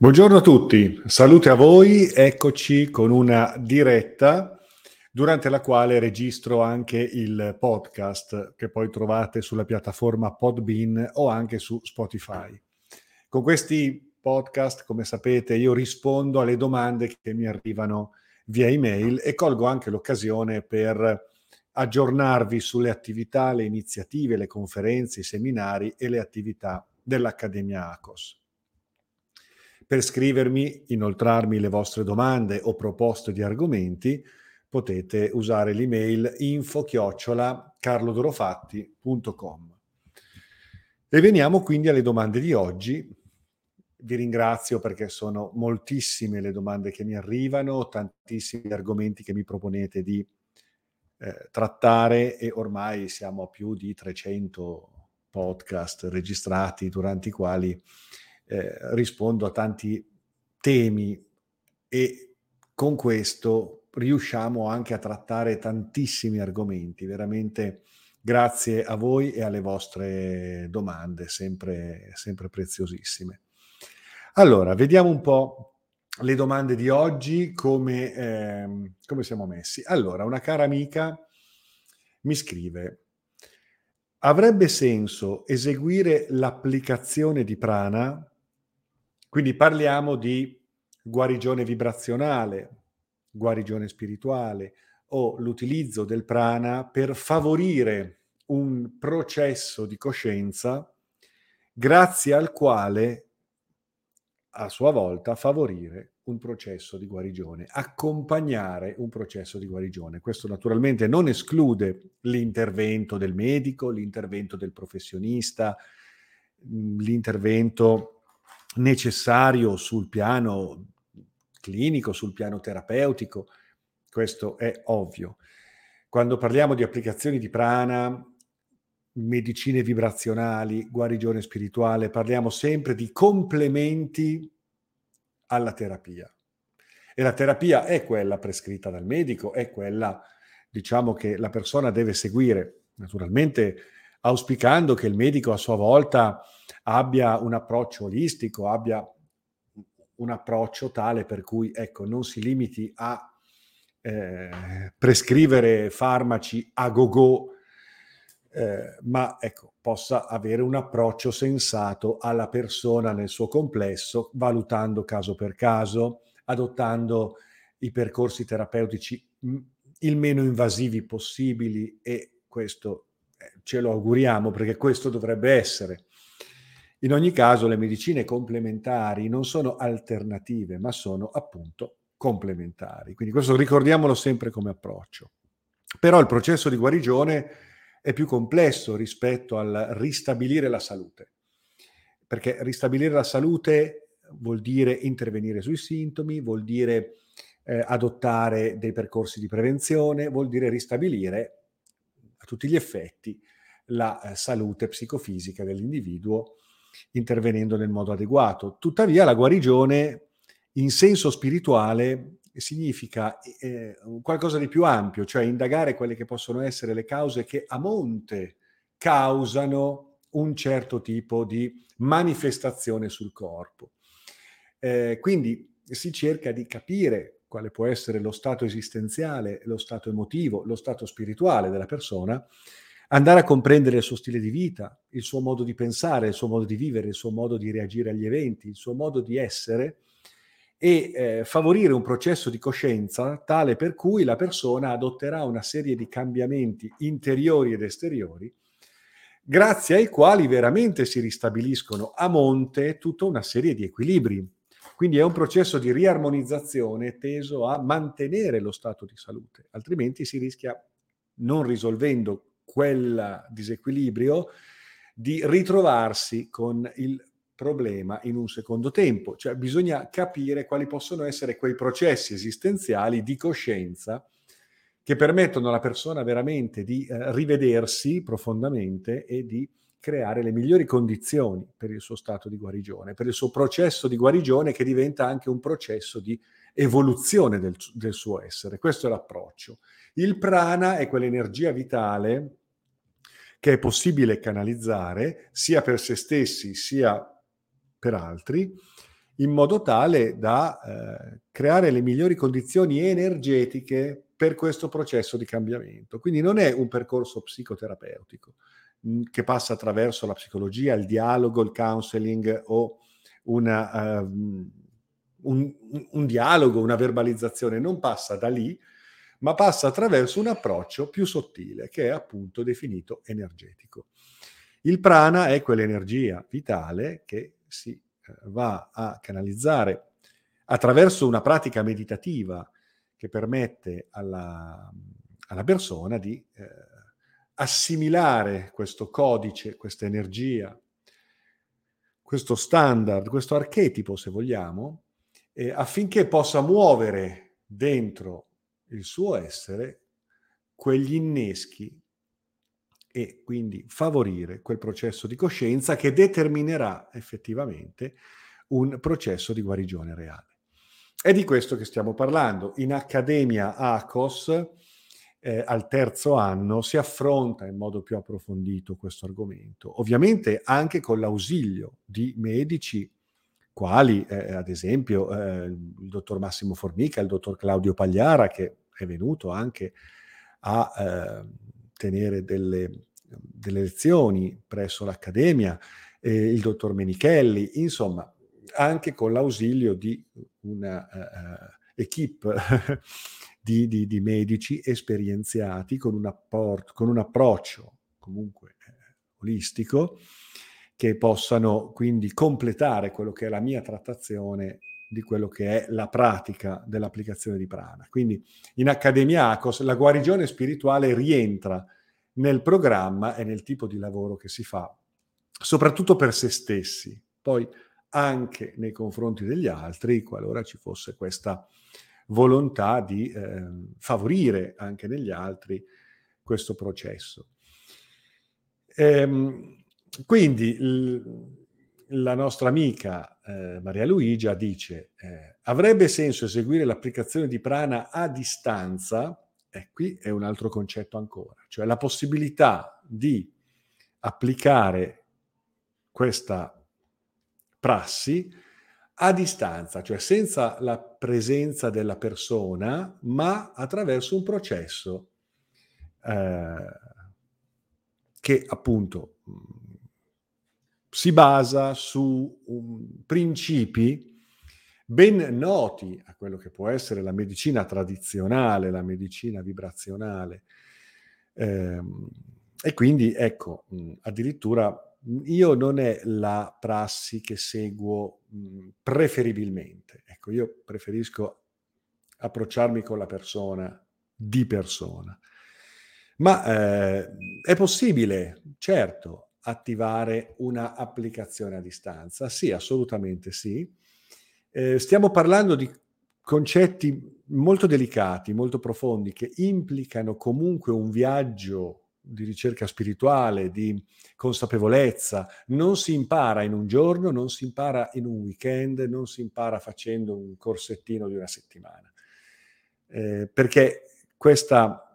Buongiorno a tutti, salute a voi, eccoci con una diretta durante la quale registro anche il podcast che poi trovate sulla piattaforma Podbean o anche su Spotify. Con questi podcast, come sapete, io rispondo alle domande che mi arrivano via email e colgo anche l'occasione per aggiornarvi sulle attività, le iniziative, le conferenze, i seminari e le attività dell'Accademia ACOS. Per scrivermi, inoltrarmi le vostre domande o proposte di argomenti, potete usare l'email info@carlodorofatti.com. E veniamo quindi alle domande di oggi. Vi ringrazio perché sono moltissime le domande che mi arrivano, tantissimi argomenti che mi proponete di trattare, e ormai siamo a più di 300 podcast registrati durante i quali rispondo a tanti temi, e con questo riusciamo anche a trattare tantissimi argomenti. Veramente grazie a voi e alle vostre domande, sempre preziosissime. Allora, vediamo un po' le domande di oggi, come siamo messi. Allora, una cara amica mi scrive: avrebbe senso eseguire l'applicazione di prana? Quindi parliamo di guarigione vibrazionale, guarigione spirituale o l'utilizzo del prana per favorire un processo di coscienza grazie al quale, a sua volta, favorire un processo di guarigione, accompagnare un processo di guarigione. Questo naturalmente non esclude l'intervento del medico, l'intervento del professionista, l'intervento necessario sul piano clinico, sul piano terapeutico. Questo è ovvio. Quando parliamo di applicazioni di prana, medicine vibrazionali, guarigione spirituale, parliamo sempre di complementi alla terapia. E la terapia è quella prescritta dal medico, è quella, diciamo, che la persona deve seguire, naturalmente auspicando che il medico a sua volta abbia un approccio olistico, abbia un approccio tale per cui, ecco, non si limiti a prescrivere farmaci a go-go, ma ecco, possa avere un approccio sensato alla persona nel suo complesso, valutando caso per caso, adottando i percorsi terapeutici il meno invasivi possibili, e questo ce lo auguriamo, perché questo dovrebbe essere. In ogni caso, le medicine complementari non sono alternative, ma sono appunto complementari. Quindi questo ricordiamolo sempre come approccio. Però il processo di guarigione è più complesso rispetto al ristabilire la salute, perché ristabilire la salute vuol dire intervenire sui sintomi, vuol dire adottare dei percorsi di prevenzione, vuol dire ristabilire a tutti gli effetti la salute psicofisica dell'individuo, intervenendo nel modo adeguato. Tuttavia la guarigione in senso spirituale significa qualcosa di più ampio, cioè indagare quelle che possono essere le cause che a monte causano un certo tipo di manifestazione sul corpo. Quindi si cerca di capire quale può essere lo stato esistenziale, lo stato emotivo, lo stato spirituale della persona, andare a comprendere il suo stile di vita, il suo modo di pensare, il suo modo di vivere, il suo modo di reagire agli eventi, il suo modo di essere, e favorire un processo di coscienza tale per cui la persona adotterà una serie di cambiamenti interiori ed esteriori, grazie ai quali veramente si ristabiliscono a monte tutta una serie di equilibri. Quindi è un processo di riarmonizzazione teso a mantenere lo stato di salute, altrimenti si rischia, non risolvendo quel disequilibrio, di ritrovarsi con il problema in un secondo tempo. Cioè bisogna capire quali possono essere quei processi esistenziali di coscienza che permettono alla persona veramente di rivedersi profondamente e di creare le migliori condizioni per il suo stato di guarigione, per il suo processo di guarigione, che diventa anche un processo di evoluzione del suo essere. Questo è l'approccio. Il prana è quell'energia vitale che è possibile canalizzare sia per se stessi sia per altri, in modo tale da creare le migliori condizioni energetiche per questo processo di cambiamento. Quindi non è un percorso psicoterapeutico che passa attraverso la psicologia, il dialogo, il counseling o una, un dialogo, una verbalizzazione, non passa da lì, ma passa attraverso un approccio più sottile, che è appunto definito energetico. Il prana è quell'energia vitale che si va a canalizzare attraverso una pratica meditativa che permette alla persona di assimilare questo codice, questa energia, questo standard, questo archetipo, se vogliamo, affinché possa muovere dentro il suo essere quegli inneschi e quindi favorire quel processo di coscienza che determinerà effettivamente un processo di guarigione reale. È di questo che stiamo parlando. In Accademia ACOS, al terzo anno, si affronta in modo più approfondito questo argomento, ovviamente anche con l'ausilio di medici quali, ad esempio, il dottor Massimo Formica, il dottor Claudio Pagliara, che è venuto anche a tenere delle lezioni presso l'Accademia, il dottor Menichelli, insomma, anche con l'ausilio di una equipe di medici esperienziati con un approccio comunque olistico, che possano quindi completare quello che è la mia trattazione di quello che è la pratica dell'applicazione di prana. Quindi in Accademia ACOS la guarigione spirituale rientra nel programma e nel tipo di lavoro che si fa, soprattutto per se stessi, poi anche nei confronti degli altri, qualora ci fosse questa volontà di favorire anche negli altri questo processo. Quindi la nostra amica Maria Luigia dice avrebbe senso eseguire l'applicazione di prana a distanza. Qui è un altro concetto ancora, cioè la possibilità di applicare questa prassi a distanza, cioè senza la presenza della persona, ma attraverso un processo che appunto si basa su principi ben noti a quello che può essere la medicina tradizionale, la medicina vibrazionale. E quindi ecco, addirittura io non è la prassi che seguo preferibilmente. Ecco, io preferisco approcciarmi con la persona di persona. Ma è possibile, certo, attivare una applicazione a distanza? Sì, assolutamente sì. Stiamo parlando di concetti molto delicati, molto profondi, che implicano comunque un viaggio di ricerca spirituale, di consapevolezza. Non si impara in un giorno, non si impara in un weekend, non si impara facendo un corsettino di una settimana. Perché questo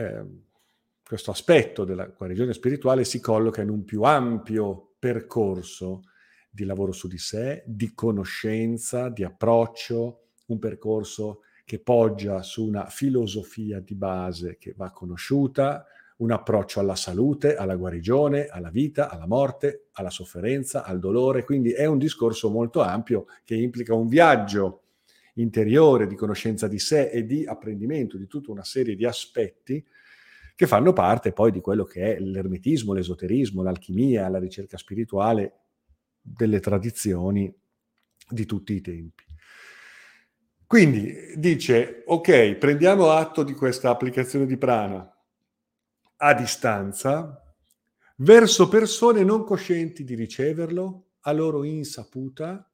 aspetto della guarigione spirituale si colloca in un più ampio percorso di lavoro su di sé, di conoscenza, di approccio, un percorso che poggia su una filosofia di base che va conosciuta, un approccio alla salute, alla guarigione, alla vita, alla morte, alla sofferenza, al dolore. Quindi è un discorso molto ampio che implica un viaggio interiore di conoscenza di sé e di apprendimento di tutta una serie di aspetti che fanno parte poi di quello che è l'ermetismo, l'esoterismo, l'alchimia, la ricerca spirituale delle tradizioni di tutti i tempi. Quindi dice, ok, prendiamo atto di questa applicazione di prana a distanza verso persone non coscienti di riceverlo, a loro insaputa.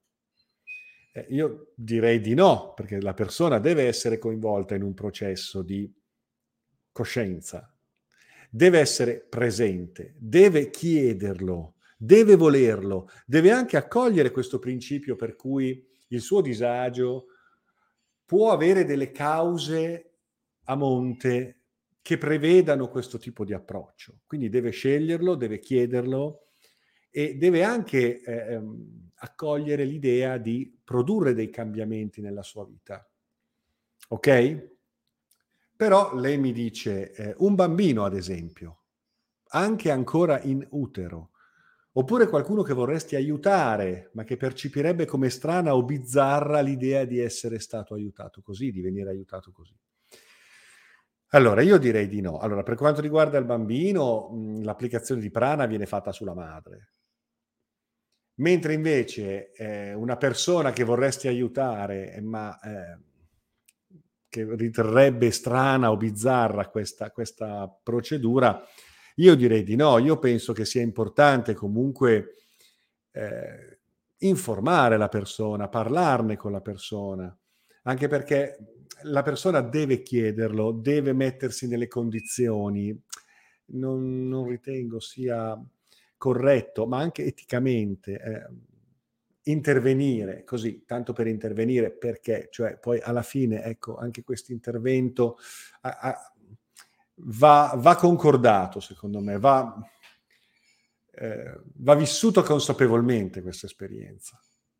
Io direi di no, perché la persona deve essere coinvolta in un processo di coscienza, deve essere presente, deve chiederlo, deve volerlo, deve anche accogliere questo principio per cui il suo disagio può avere delle cause a monte che prevedano questo tipo di approccio. Quindi deve sceglierlo, deve chiederlo e deve anche accogliere l'idea di produrre dei cambiamenti nella sua vita. Ok? Però lei mi dice, un bambino ad esempio, anche ancora in utero, oppure qualcuno che vorresti aiutare, ma che percepirebbe come strana o bizzarra l'idea di essere stato aiutato così, di venire aiutato così. Allora, io direi di no. Allora, per quanto riguarda il bambino, l'applicazione di prana viene fatta sulla madre. Mentre invece una persona che vorresti aiutare, ma che riterrebbe strana o bizzarra questa procedura, io direi di no. Io penso che sia importante comunque informare la persona, parlarne con la persona, anche perché la persona deve chiederlo, deve mettersi nelle condizioni. Non ritengo sia corretto, ma anche eticamente, intervenire così, tanto per intervenire, perché? Cioè, poi alla fine, ecco, anche questo intervento va concordato, secondo me, va vissuto consapevolmente questa esperienza.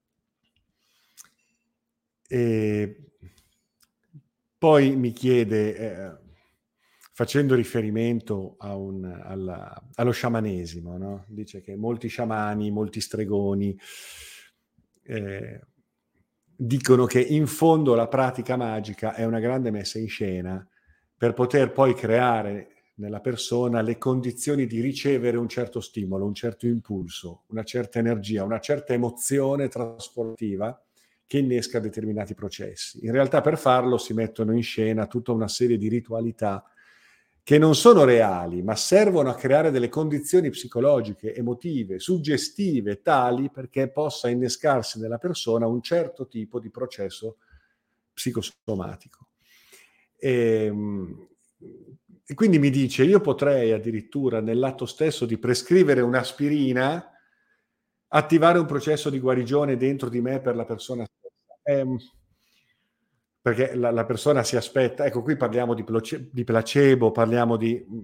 E poi mi chiede, facendo riferimento allo sciamanesimo, no? Dice che molti sciamani, molti stregoni dicono che in fondo la pratica magica è una grande messa in scena per poter poi creare nella persona le condizioni di ricevere un certo stimolo, un certo impulso, una certa energia, una certa emozione trasportiva che innesca determinati processi. In realtà per farlo si mettono in scena tutta una serie di ritualità che non sono reali, ma servono a creare delle condizioni psicologiche, emotive, suggestive, tali perché possa innescarsi nella persona un certo tipo di processo psicosomatico. E quindi mi dice, io potrei addirittura nell'atto stesso di prescrivere un'aspirina, attivare un processo di guarigione dentro di me per la persona stessa. Perché la persona si aspetta, ecco qui parliamo di placebo, parliamo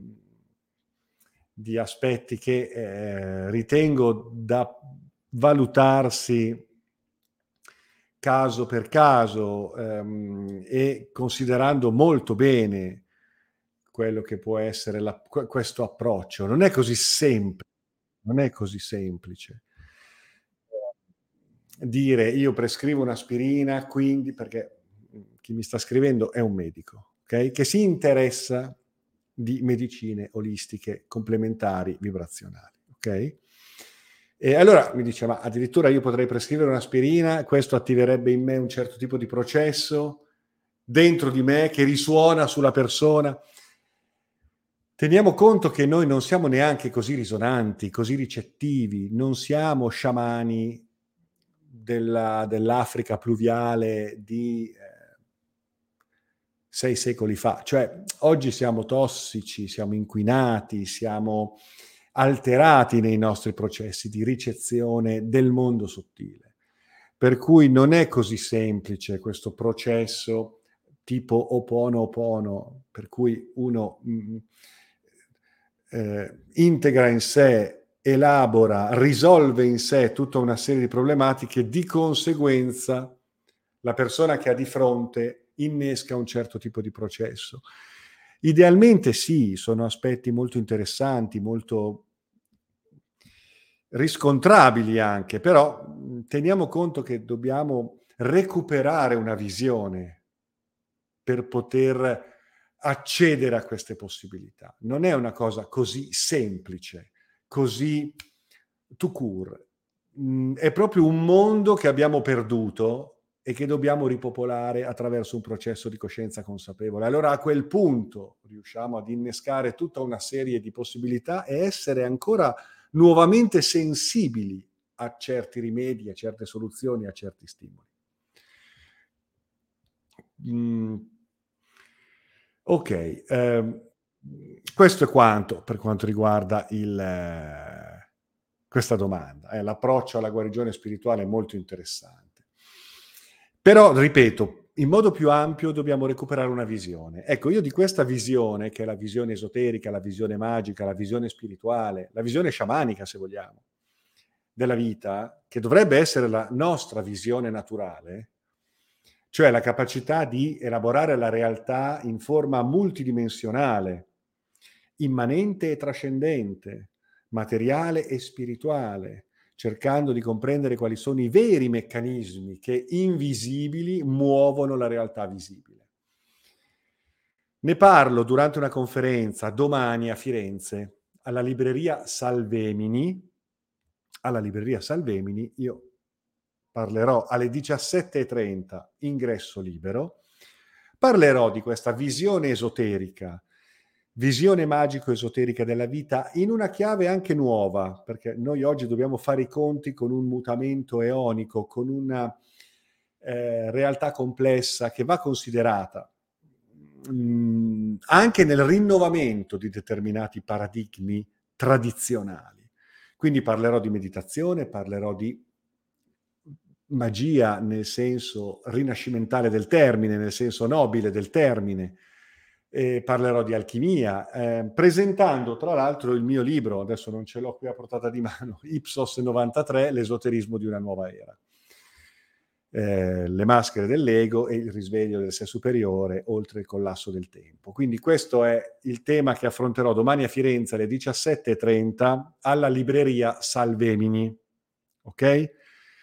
di aspetti che ritengo da valutarsi caso per caso, e considerando molto bene quello che può essere questo approccio. Non è così semplice dire io prescrivo un'aspirina, quindi perché chi mi sta scrivendo è un medico, okay, che si interessa di medicine olistiche complementari vibrazionali, okay? E allora mi dice: "Ma addirittura io potrei prescrivere un'aspirina, questo attiverebbe in me un certo tipo di processo dentro di me che risuona sulla persona?" Teniamo conto che noi non siamo neanche così risonanti, così ricettivi, non siamo sciamani dell'Africa pluviale di 6 secoli fa. Cioè, oggi siamo tossici, siamo inquinati, siamo alterati nei nostri processi di ricezione del mondo sottile. Per cui non è così semplice questo processo tipo Ho'oponopono, per cui uno integra in sé, elabora, risolve in sé tutta una serie di problematiche, di conseguenza la persona che ha di fronte innesca un certo tipo di processo. Idealmente sì, sono aspetti molto interessanti, molto riscontrabili anche, però teniamo conto che dobbiamo recuperare una visione per poter accedere a queste possibilità. Non è una cosa così semplice, così tout court. È proprio un mondo che abbiamo perduto e che dobbiamo ripopolare attraverso un processo di coscienza consapevole. Allora a quel punto riusciamo ad innescare tutta una serie di possibilità e essere ancora nuovamente sensibili a certi rimedi, a certe soluzioni, a certi stimoli. Ok, questo è quanto per quanto riguarda questa domanda. L'approccio alla guarigione spirituale è molto interessante. Però, ripeto, in modo più ampio dobbiamo recuperare una visione. Ecco, io di questa visione, che è la visione esoterica, la visione magica, la visione spirituale, la visione sciamanica, se vogliamo, della vita, che dovrebbe essere la nostra visione naturale, cioè la capacità di elaborare la realtà in forma multidimensionale, immanente e trascendente, materiale e spirituale, cercando di comprendere quali sono i veri meccanismi che invisibili muovono la realtà visibile. Ne parlo durante una conferenza domani a Firenze, alla libreria Salvemini. Alla libreria Salvemini io parlerò alle 17:30, ingresso libero. Parlerò di questa visione esoterica, visione magico-esoterica della vita in una chiave anche nuova, perché noi oggi dobbiamo fare i conti con un mutamento eonico, con una realtà complessa che va considerata anche nel rinnovamento di determinati paradigmi tradizionali. Quindi parlerò di meditazione, parlerò di magia nel senso rinascimentale del termine, nel senso nobile del termine, parlerò di alchimia, presentando tra l'altro il mio libro, adesso non ce l'ho qui a portata di mano, Ipsos 93, l'esoterismo di una nuova era. Le maschere dell'ego e il risveglio del sé superiore oltre il collasso del tempo. Quindi questo è il tema che affronterò domani a Firenze alle 17:30 alla libreria Salvemini. Ok?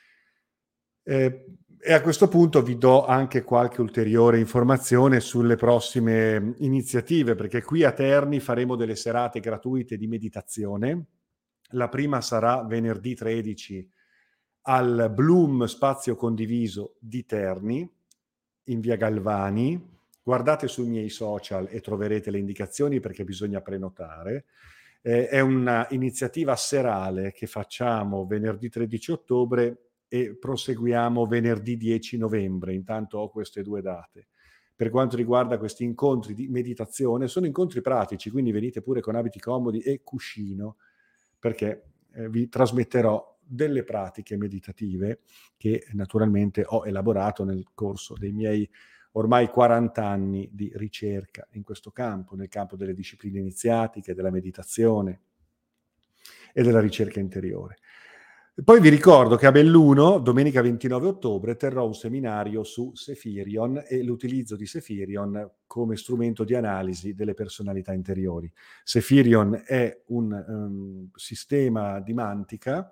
E a questo punto vi do anche qualche ulteriore informazione sulle prossime iniziative, perché qui a Terni faremo delle serate gratuite di meditazione. La prima sarà venerdì 13 al Bloom Spazio Condiviso di Terni, in via Galvani. Guardate sui miei social e troverete le indicazioni perché bisogna prenotare. È una iniziativa serale che facciamo venerdì 13 ottobre e proseguiamo venerdì 10 novembre. Intanto ho queste due date. Per quanto riguarda questi incontri di meditazione, sono incontri pratici, quindi venite pure con abiti comodi e cuscino, perché vi trasmetterò delle pratiche meditative che naturalmente ho elaborato nel corso dei miei ormai 40 anni di ricerca in questo campo, nel campo delle discipline iniziatiche, della meditazione e della ricerca interiore. Poi vi ricordo che a Belluno, domenica 29 ottobre, terrò un seminario su Sephirion e l'utilizzo di Sephirion come strumento di analisi delle personalità interiori. Sephirion è un sistema di mantica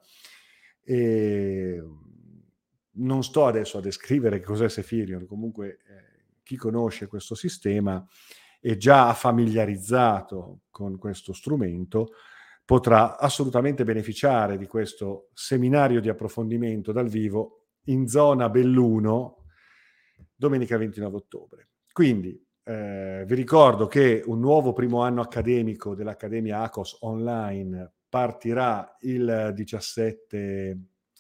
e non sto adesso a descrivere cos'è Sephirion, comunque chi conosce questo sistema è già familiarizzato con questo strumento, potrà assolutamente beneficiare di questo seminario di approfondimento dal vivo in zona Belluno domenica 29 ottobre. Quindi vi ricordo che un nuovo primo anno accademico dell'Accademia ACOS online partirà il 17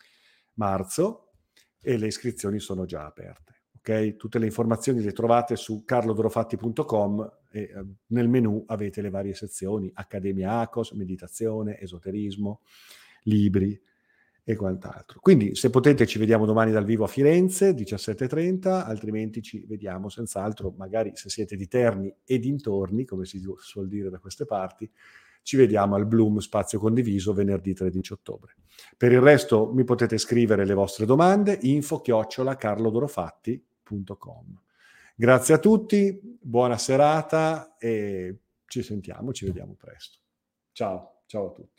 marzo e le iscrizioni sono già aperte. Okay? Tutte le informazioni le trovate su carlodorofatti.com e nel menu avete le varie sezioni, Accademia ACOS, meditazione, esoterismo, libri e quant'altro. Quindi se potete ci vediamo domani dal vivo a Firenze, 17:30, altrimenti ci vediamo senz'altro, magari se siete di Terni e dintorni, come si suol dire da queste parti, ci vediamo al Bloom Spazio Condiviso venerdì 13 ottobre. Per il resto mi potete scrivere le vostre domande, info@carlodorofatti.com. Grazie a tutti, buona serata e ci sentiamo, ci vediamo presto. Ciao, ciao a tutti.